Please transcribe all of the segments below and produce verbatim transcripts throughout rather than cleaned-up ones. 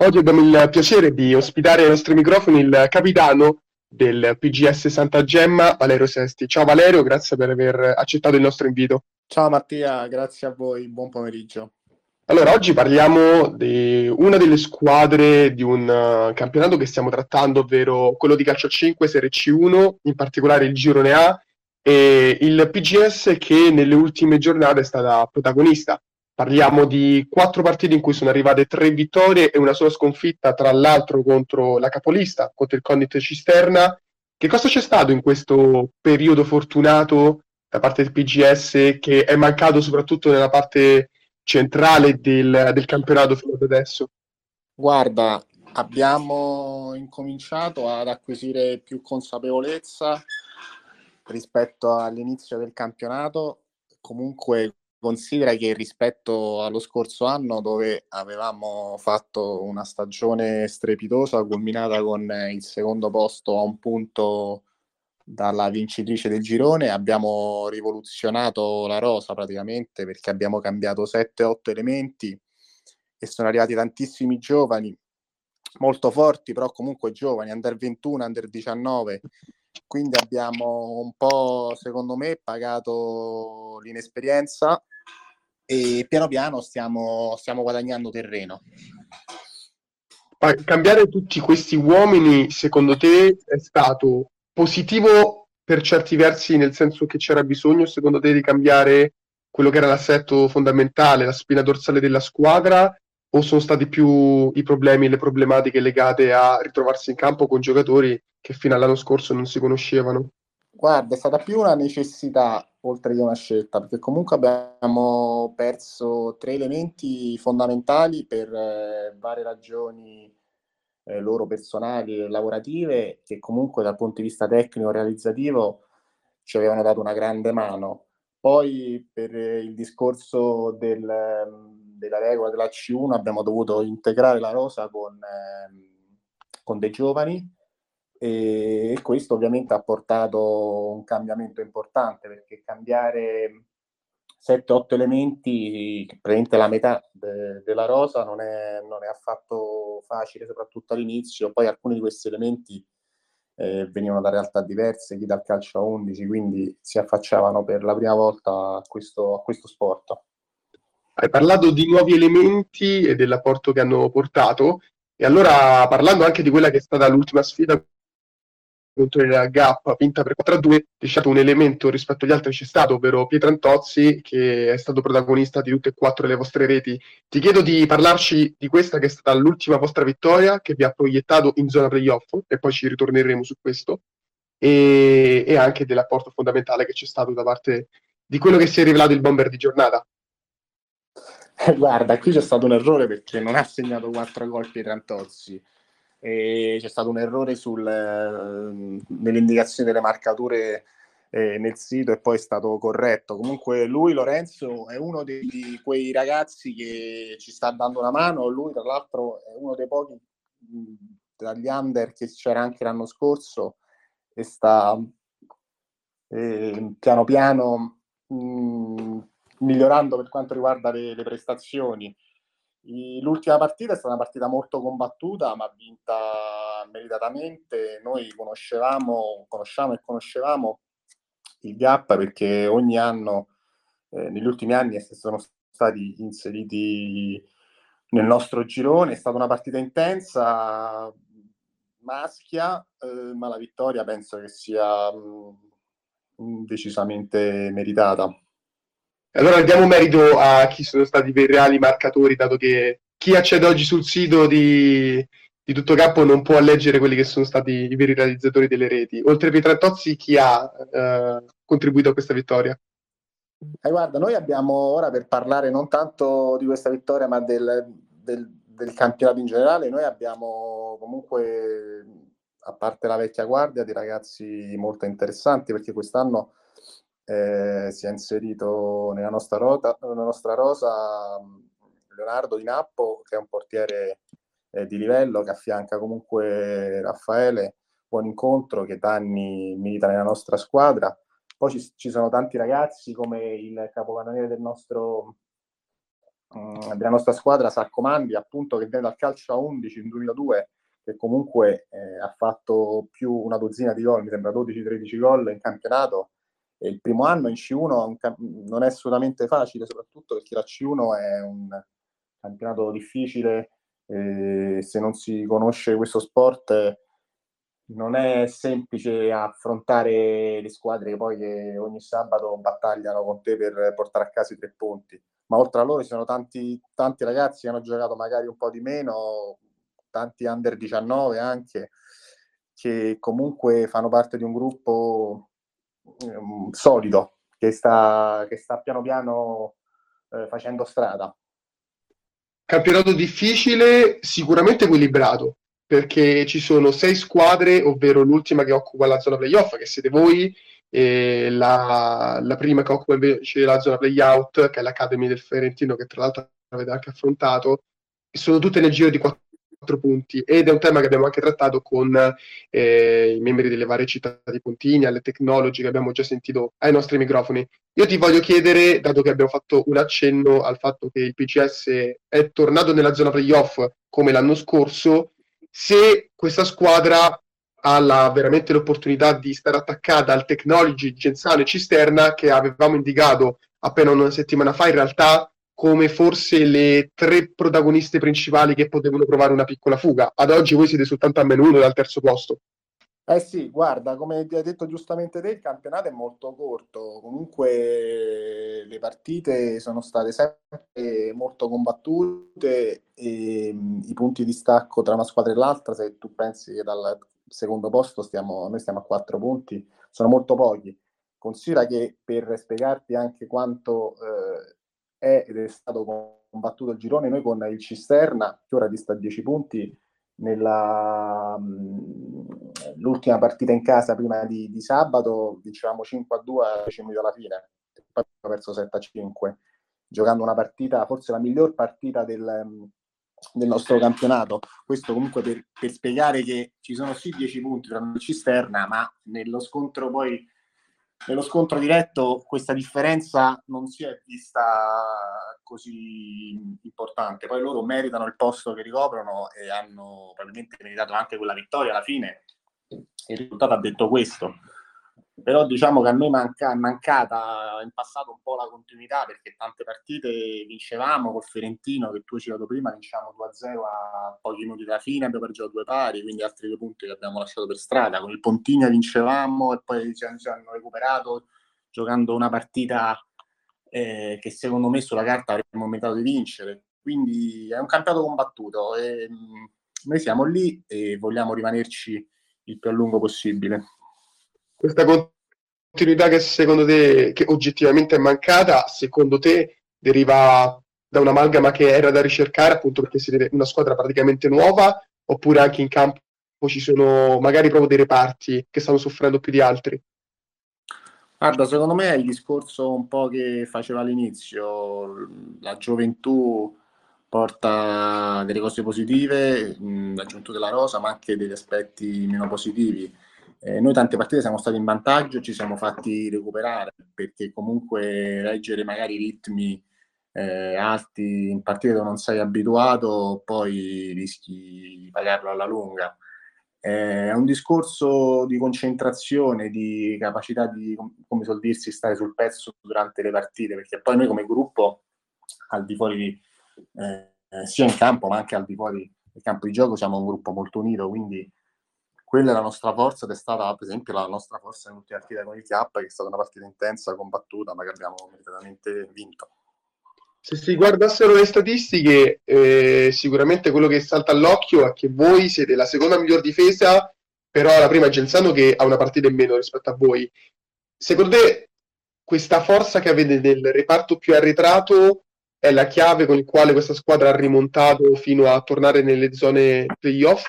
Oggi abbiamo il piacere di ospitare ai nostri microfoni il capitano del P G S Santa Gemma, Valerio Sesti. Ciao Valerio, grazie per aver accettato il nostro invito. Ciao Mattia, grazie a voi, buon pomeriggio. Allora, oggi parliamo di una delle squadre di un eh, campionato che stiamo trattando, ovvero quello di calcio a cinque, Serie C uno, in particolare il Girone A, e il P G S che nelle ultime giornate è stata protagonista. Parliamo di quattro partite in cui sono arrivate tre vittorie e una sola sconfitta, tra l'altro contro la capolista, contro il Condit Cisterna. Che cosa c'è stato in questo periodo fortunato da parte del P G S che è mancato soprattutto nella parte centrale del, del campionato fino ad adesso? Guarda, abbiamo incominciato ad acquisire più consapevolezza rispetto all'inizio del campionato. Comunque considera che rispetto allo scorso anno, dove avevamo fatto una stagione strepitosa, culminata con il secondo posto a un punto dalla vincitrice del girone, abbiamo rivoluzionato la rosa praticamente, perché abbiamo cambiato sette otto elementi e sono arrivati tantissimi giovani molto forti, però comunque giovani, under ventuno, under diciannove. Quindi abbiamo un po', secondo me, pagato l'inesperienza e piano piano stiamo, stiamo guadagnando terreno. Ma cambiare tutti questi uomini, secondo te, è stato positivo per certi versi, nel senso che c'era bisogno, secondo te, di cambiare quello che era l'assetto fondamentale, la spina dorsale della squadra, o sono stati più i problemi, le problematiche legate a ritrovarsi in campo con giocatori che fino all'anno scorso non si conoscevano? Guarda, è stata più una necessità oltre che una scelta, perché comunque abbiamo perso tre elementi fondamentali per eh, varie ragioni eh, loro personali e lavorative, che comunque dal punto di vista tecnico e realizzativo ci avevano dato una grande mano. Poi per eh, il discorso del, ehm, della regola della C uno abbiamo dovuto integrare la rosa con, ehm, con dei giovani e questo ovviamente ha portato un cambiamento importante, perché cambiare sette otto elementi, praticamente la metà de- della rosa, non è, non è affatto facile, soprattutto all'inizio. Poi alcuni di questi elementi eh, venivano da realtà diverse, chi dal calcio a undici, quindi si affacciavano per la prima volta a questo, a questo sport. Hai parlato di nuovi elementi e dell'apporto che hanno portato, e allora parlando anche di quella che è stata l'ultima sfida contro il Gap, vinta per quattro a due, diciamo un elemento rispetto agli altri c'è stato, ovvero Pietrantozzi, che è stato protagonista di tutte e quattro le vostre reti. Ti chiedo di parlarci di questa che è stata l'ultima vostra vittoria, che vi ha proiettato in zona playoff, e poi ci ritorneremo su questo, e, e anche dell'apporto fondamentale che c'è stato da parte di quello che si è rivelato il bomber di giornata. Guarda, qui c'è stato un errore perché non ha segnato quattro gol Pietrantozzi. E c'è stato un errore sul, eh, nell'indicazione delle marcature eh, nel sito e poi è stato corretto. Comunque lui, Lorenzo, è uno di, di quei ragazzi che ci sta dando una mano. Lui, tra l'altro, è uno dei pochi mh, tra gli under che c'era anche l'anno scorso e sta eh, piano piano mh, migliorando per quanto riguarda le, le prestazioni. I- L'ultima partita è stata una partita molto combattuta, ma vinta meritatamente. Noi conoscevamo, conosciamo e conoscevamo il Gap perché ogni anno, eh, negli ultimi anni, sono stati inseriti nel nostro girone. È stata una partita intensa, maschia, eh, ma la vittoria penso che sia mh, decisamente meritata. Allora diamo merito a chi sono stati i veri reali marcatori, dato che chi accede oggi sul sito di, di Tutto Campo non può leggere quelli che sono stati i veri realizzatori delle reti. Oltre a Pietrantozzi, chi ha eh, contribuito a questa vittoria? Eh, guarda, noi abbiamo ora, per parlare non tanto di questa vittoria, ma del, del- del campionato in generale, noi abbiamo comunque, a parte la vecchia guardia, di ragazzi molto interessanti, perché quest'anno eh, si è inserito nella nostra, rota, nella nostra rosa mh, Leonardo Di Nappo, che è un portiere eh, di livello, che affianca comunque Raffaele, buon incontro, che da anni milita nella nostra squadra. Poi ci, ci sono tanti ragazzi come il capocannoniere del nostro mh, della nostra squadra, Saccomandi, appunto, che viene dal calcio a undici in duemiladue, che comunque eh, ha fatto più una dozzina di gol, mi sembra dodici tredici gol in campionato. E il primo anno in C uno un cam- non è assolutamente facile, soprattutto perché la C uno è un campionato difficile, eh, se non si conosce questo sport eh, non è semplice affrontare le squadre poi che ogni sabato battagliano con te per portare a casa i tre punti. Ma oltre a loro ci sono tanti, tanti ragazzi che hanno giocato magari un po' di meno, tanti under diciannove anche, che comunque fanno parte di un gruppo um, solido, che sta, che sta piano piano eh, facendo strada. Campionato difficile, sicuramente equilibrato, perché ci sono sei squadre, ovvero l'ultima che occupa la zona playoff, che siete voi, e la, la prima che occupa invece la zona playout, che è l'Academy del Ferentino, che tra l'altro avete anche affrontato, e sono tutte nel giro di quattro punti, ed è un tema che abbiamo anche trattato con eh, i membri delle varie città di Pontigna, alle Technology, che abbiamo già sentito ai nostri microfoni. Io ti voglio chiedere, dato che abbiamo fatto un accenno al fatto che il P C S è tornato nella zona playoff come l'anno scorso, se questa squadra ha la, veramente l'opportunità di stare attaccata al Technology, Genzano e Cisterna, che avevamo indicato appena una settimana fa, in realtà come forse le tre protagoniste principali che potevano provare una piccola fuga. Ad oggi voi siete soltanto a meno uno dal terzo posto. Eh sì, guarda, come ti hai detto giustamente te, il campionato è molto corto, comunque le partite sono state sempre molto combattute e mh, i punti di stacco tra una squadra e l'altra, se tu pensi che dal secondo posto stiamo, noi stiamo a quattro punti, sono molto pochi. Considera che per spiegarti anche quanto eh, è ed è stato combattuto il girone, noi con il Cisterna, che ora dista a dieci punti, nella mh, l'ultima partita in casa prima di, di sabato vincevamo cinque a due a dieci minuti alla fine, poi abbiamo perso sette a cinque, giocando una partita, forse la miglior partita del, del nostro campionato. Questo comunque per, per spiegare che ci sono sì dieci punti tra noi e Cisterna, ma nello scontro poi nello scontro diretto questa differenza non si è vista così importante. Poi loro meritano il posto che ricoprono e hanno probabilmente meritato anche quella vittoria alla fine. Il risultato ha detto questo. Però diciamo che a noi manca, è mancata in passato un po' la continuità, perché tante partite vincevamo col Fiorentino, che tu hai citato prima, vincevamo due a zero a pochi minuti dalla fine, abbiamo pareggiato due pari, quindi altri due punti che abbiamo lasciato per strada. Con il Pontigna vincevamo e poi ci, ci hanno recuperato giocando una partita eh, che secondo me sulla carta avremmo meritato di vincere. Quindi è un campionato combattuto e mh, noi siamo lì e vogliamo rimanerci il più a lungo possibile. Questa continuità che secondo te, che oggettivamente è mancata, secondo te deriva da un'amalgama che era da ricercare, appunto perché siete una squadra praticamente nuova, oppure anche in campo ci sono magari proprio dei reparti che stanno soffrendo più di altri? Guarda, secondo me è il discorso un po' che faceva all'inizio, la gioventù porta delle cose positive, mh, la gioventù della rosa, ma anche degli aspetti meno positivi. Eh, noi tante partite siamo stati in vantaggio, ci siamo fatti recuperare, perché comunque reggere magari ritmi eh, alti in partite dove non sei abituato, poi rischi di pagarlo alla lunga. Eh, è un discorso di concentrazione, di capacità di, come suol dirsi, stare sul pezzo durante le partite, perché poi noi come gruppo, al di fuori di, eh, sia in campo ma anche al di fuori del campo di gioco, siamo un gruppo molto unito, quindi quella è la nostra forza ed è stata per esempio la nostra forza nell'ultima partita con il Chiap, che è stata una partita intensa, combattuta, ma che abbiamo meritatamente vinto. Se si guardassero le statistiche, eh, sicuramente quello che salta all'occhio è che voi siete la seconda miglior difesa, però la prima è Genzano che ha una partita in meno rispetto a voi. Secondo te questa forza che avete nel reparto più arretrato è la chiave con il quale questa squadra ha rimontato fino a tornare nelle zone playoff?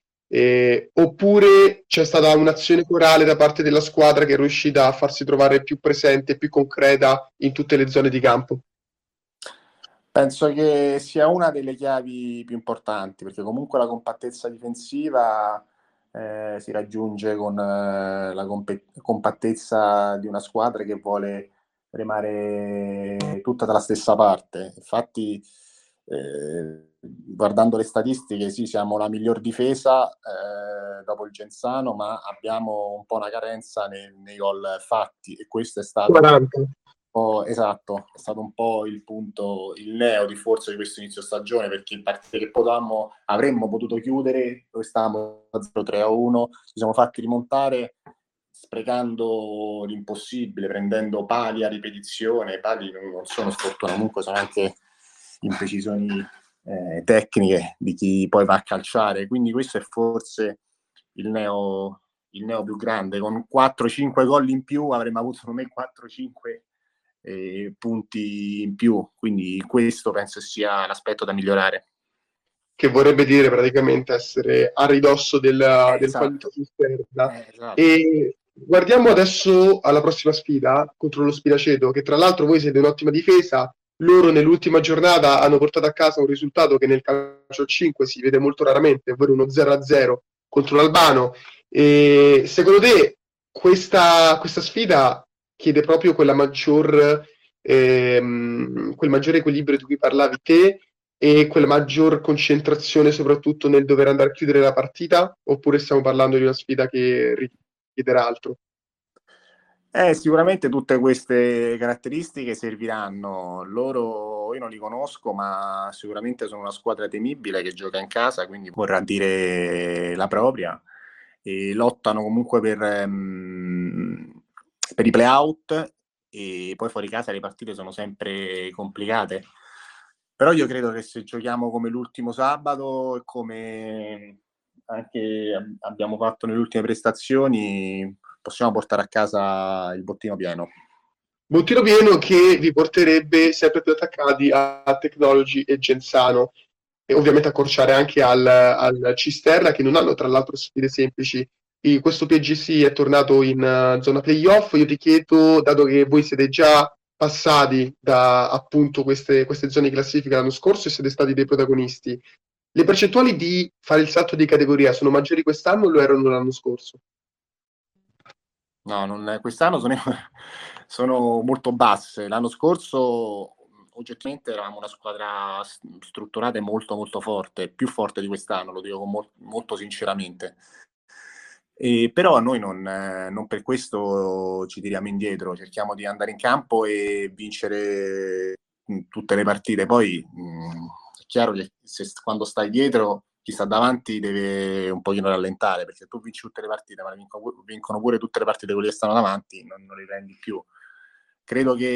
Eh, oppure c'è stata un'azione corale da parte della squadra che è riuscita a farsi trovare più presente e più concreta in tutte le zone di campo? Penso che sia una delle chiavi più importanti, perché comunque la compattezza difensiva eh, si raggiunge con eh, la compe- compattezza di una squadra che vuole remare tutta dalla stessa parte. Infatti, eh, guardando le statistiche, sì, siamo la miglior difesa eh, dopo il Genzano, ma abbiamo un po' una carenza nei, nei gol fatti, e questo è stato quaranta. un po', esatto, è stato un po' il punto, il neo di forza di questo inizio stagione, perché in partite che potevamo, avremmo potuto chiudere, noi stavamo a zero tre a uno, ci siamo fatti rimontare sprecando l'impossibile, prendendo pali a ripetizione. Pali non sono sfortuna, comunque sono anche imprecisioni eh, tecniche di chi poi va a calciare, quindi questo è forse il neo, il neo più grande. Con quattro cinque gol in più avremmo avuto secondo me quattro cinque eh, punti in più, quindi questo penso sia l'aspetto da migliorare. Che vorrebbe dire praticamente essere a ridosso del, Eh, del esatto. qualità esterna. Eh, esatto. E guardiamo adesso alla prossima sfida contro lo Spiraceto, che tra l'altro voi siete un'ottima difesa. Loro nell'ultima giornata hanno portato a casa un risultato che nel calcio cinque si vede molto raramente, ovvero uno zero a zero contro l'Albano. E secondo te questa, questa sfida chiede proprio quella maggior, ehm, quel maggiore equilibrio di cui parlavi te, e quella maggior concentrazione soprattutto nel dover andare a chiudere la partita, oppure stiamo parlando di una sfida che richiederà altro? Eh, sicuramente tutte queste caratteristiche serviranno. Loro io non li conosco, ma sicuramente sono una squadra temibile che gioca in casa, quindi vorrà dire la propria. E lottano comunque per, ehm, per i play-out, e poi fuori casa le partite sono sempre complicate. Però io credo che se giochiamo come l'ultimo sabato e come anche abbiamo fatto nelle ultime prestazioni, possiamo portare a casa il bottino pieno. Bottino pieno che vi porterebbe sempre più attaccati a, a Technology e Genzano, e ovviamente accorciare anche al, al Cisterna, che non hanno tra l'altro sfide semplici. E questo P G C è tornato in uh, zona playoff. Io ti chiedo, dato che voi siete già passati da appunto queste, queste zone di classifica l'anno scorso e siete stati dei protagonisti, le percentuali di fare il salto di categoria sono maggiori quest'anno o lo erano l'anno scorso? No, non, quest'anno sono, sono molto basse. L'anno scorso oggettivamente eravamo una squadra strutturata e molto molto forte, più forte di quest'anno, lo dico mo- molto sinceramente. E però noi non, eh, non per questo ci tiriamo indietro, cerchiamo di andare in campo e vincere mh, tutte le partite. Poi mh, è chiaro che se, quando stai dietro, chi sta davanti deve un pochino rallentare, perché se tu vinci tutte le partite, ma vincono, vincono pure tutte le partite quelli che stanno davanti, non, non li prendi più. Credo che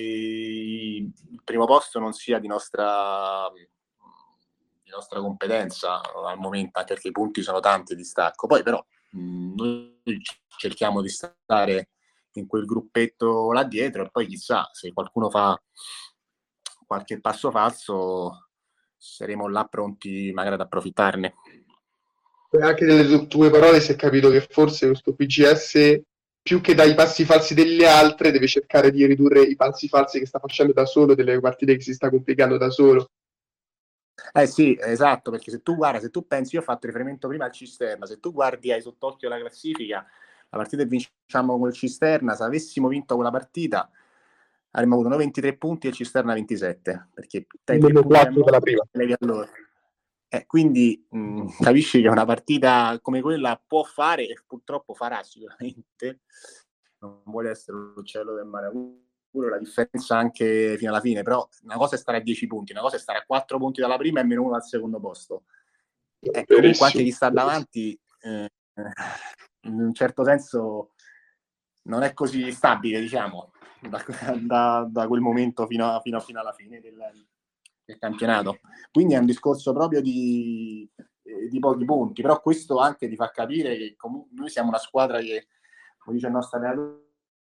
il primo posto non sia di nostra, di nostra competenza al momento, anche perché i punti sono tanti di stacco. Poi però mh, noi cerchiamo di stare in quel gruppetto là dietro, e poi chissà se qualcuno fa qualche passo falso, saremo là pronti magari ad approfittarne. E anche dalle tue parole si è capito che forse questo P G S, più che dai passi falsi delle altre, deve cercare di ridurre i passi falsi che sta facendo da solo, delle partite che si sta complicando da solo. Eh sì, esatto, perché se tu guardi, se tu pensi, io ho fatto riferimento prima al Cisterna, se tu guardi hai sott'occhio la classifica, la partita che vinciamo col Cisterna, se avessimo vinto quella partita avremmo avuto noi ventitré punti e il Cisterna ventisette, perché dai tre Meno punti a quattro noi della prima. levi a loro. Eh, quindi mh, capisci che una partita come quella può fare, e purtroppo farà sicuramente, non vuole essere l'uccello del mare pure la differenza anche fino alla fine, però una cosa è stare a dieci punti, una cosa è stare a quattro punti dalla prima e meno uno al secondo posto. Eh, comunque anche Verissimo. chi sta davanti eh, in un certo senso non è così stabile, diciamo, da, da, da quel momento fino, a, fino, fino alla fine del, del campionato. Quindi è un discorso proprio di, eh, di pochi punti, però questo anche ti fa capire che comunque noi siamo una squadra che, come dice il nostro allenatore,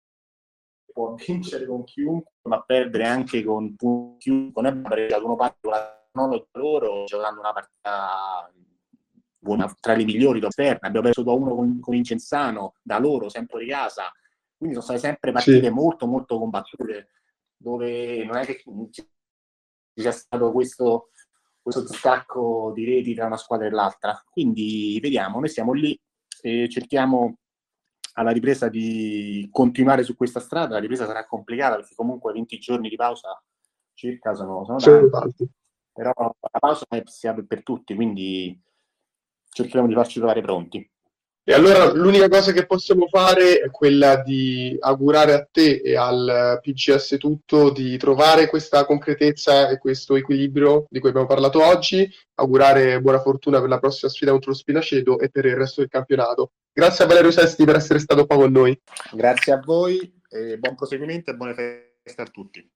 può vincere con chiunque, ma perdere anche con chiunque. Noi abbiamo preso uno partito con la loro giocando una partita una, tra le migliori d'esterna, abbiamo preso da uno con, con Incensano, da loro, sempre di casa, quindi sono state sempre partite Sì. molto molto combattute, dove non è che ci sia stato questo, questo distacco di reti tra una squadra e l'altra. Quindi vediamo, noi siamo lì e cerchiamo alla ripresa di continuare su questa strada. La ripresa sarà complicata perché comunque venti giorni di pausa circa sono, sono Sono tanti, tanti. però la pausa è, si apre per tutti, quindi cercheremo di farci trovare pronti. E allora l'unica cosa che possiamo fare è quella di augurare a te e al P G S tutto di trovare questa concretezza e questo equilibrio di cui abbiamo parlato oggi, augurare buona fortuna per la prossima sfida contro lo Spinaceto e per il resto del campionato. Grazie a Valerio Sesti per essere stato qua con noi. Grazie a voi, e buon proseguimento e buone feste a tutti.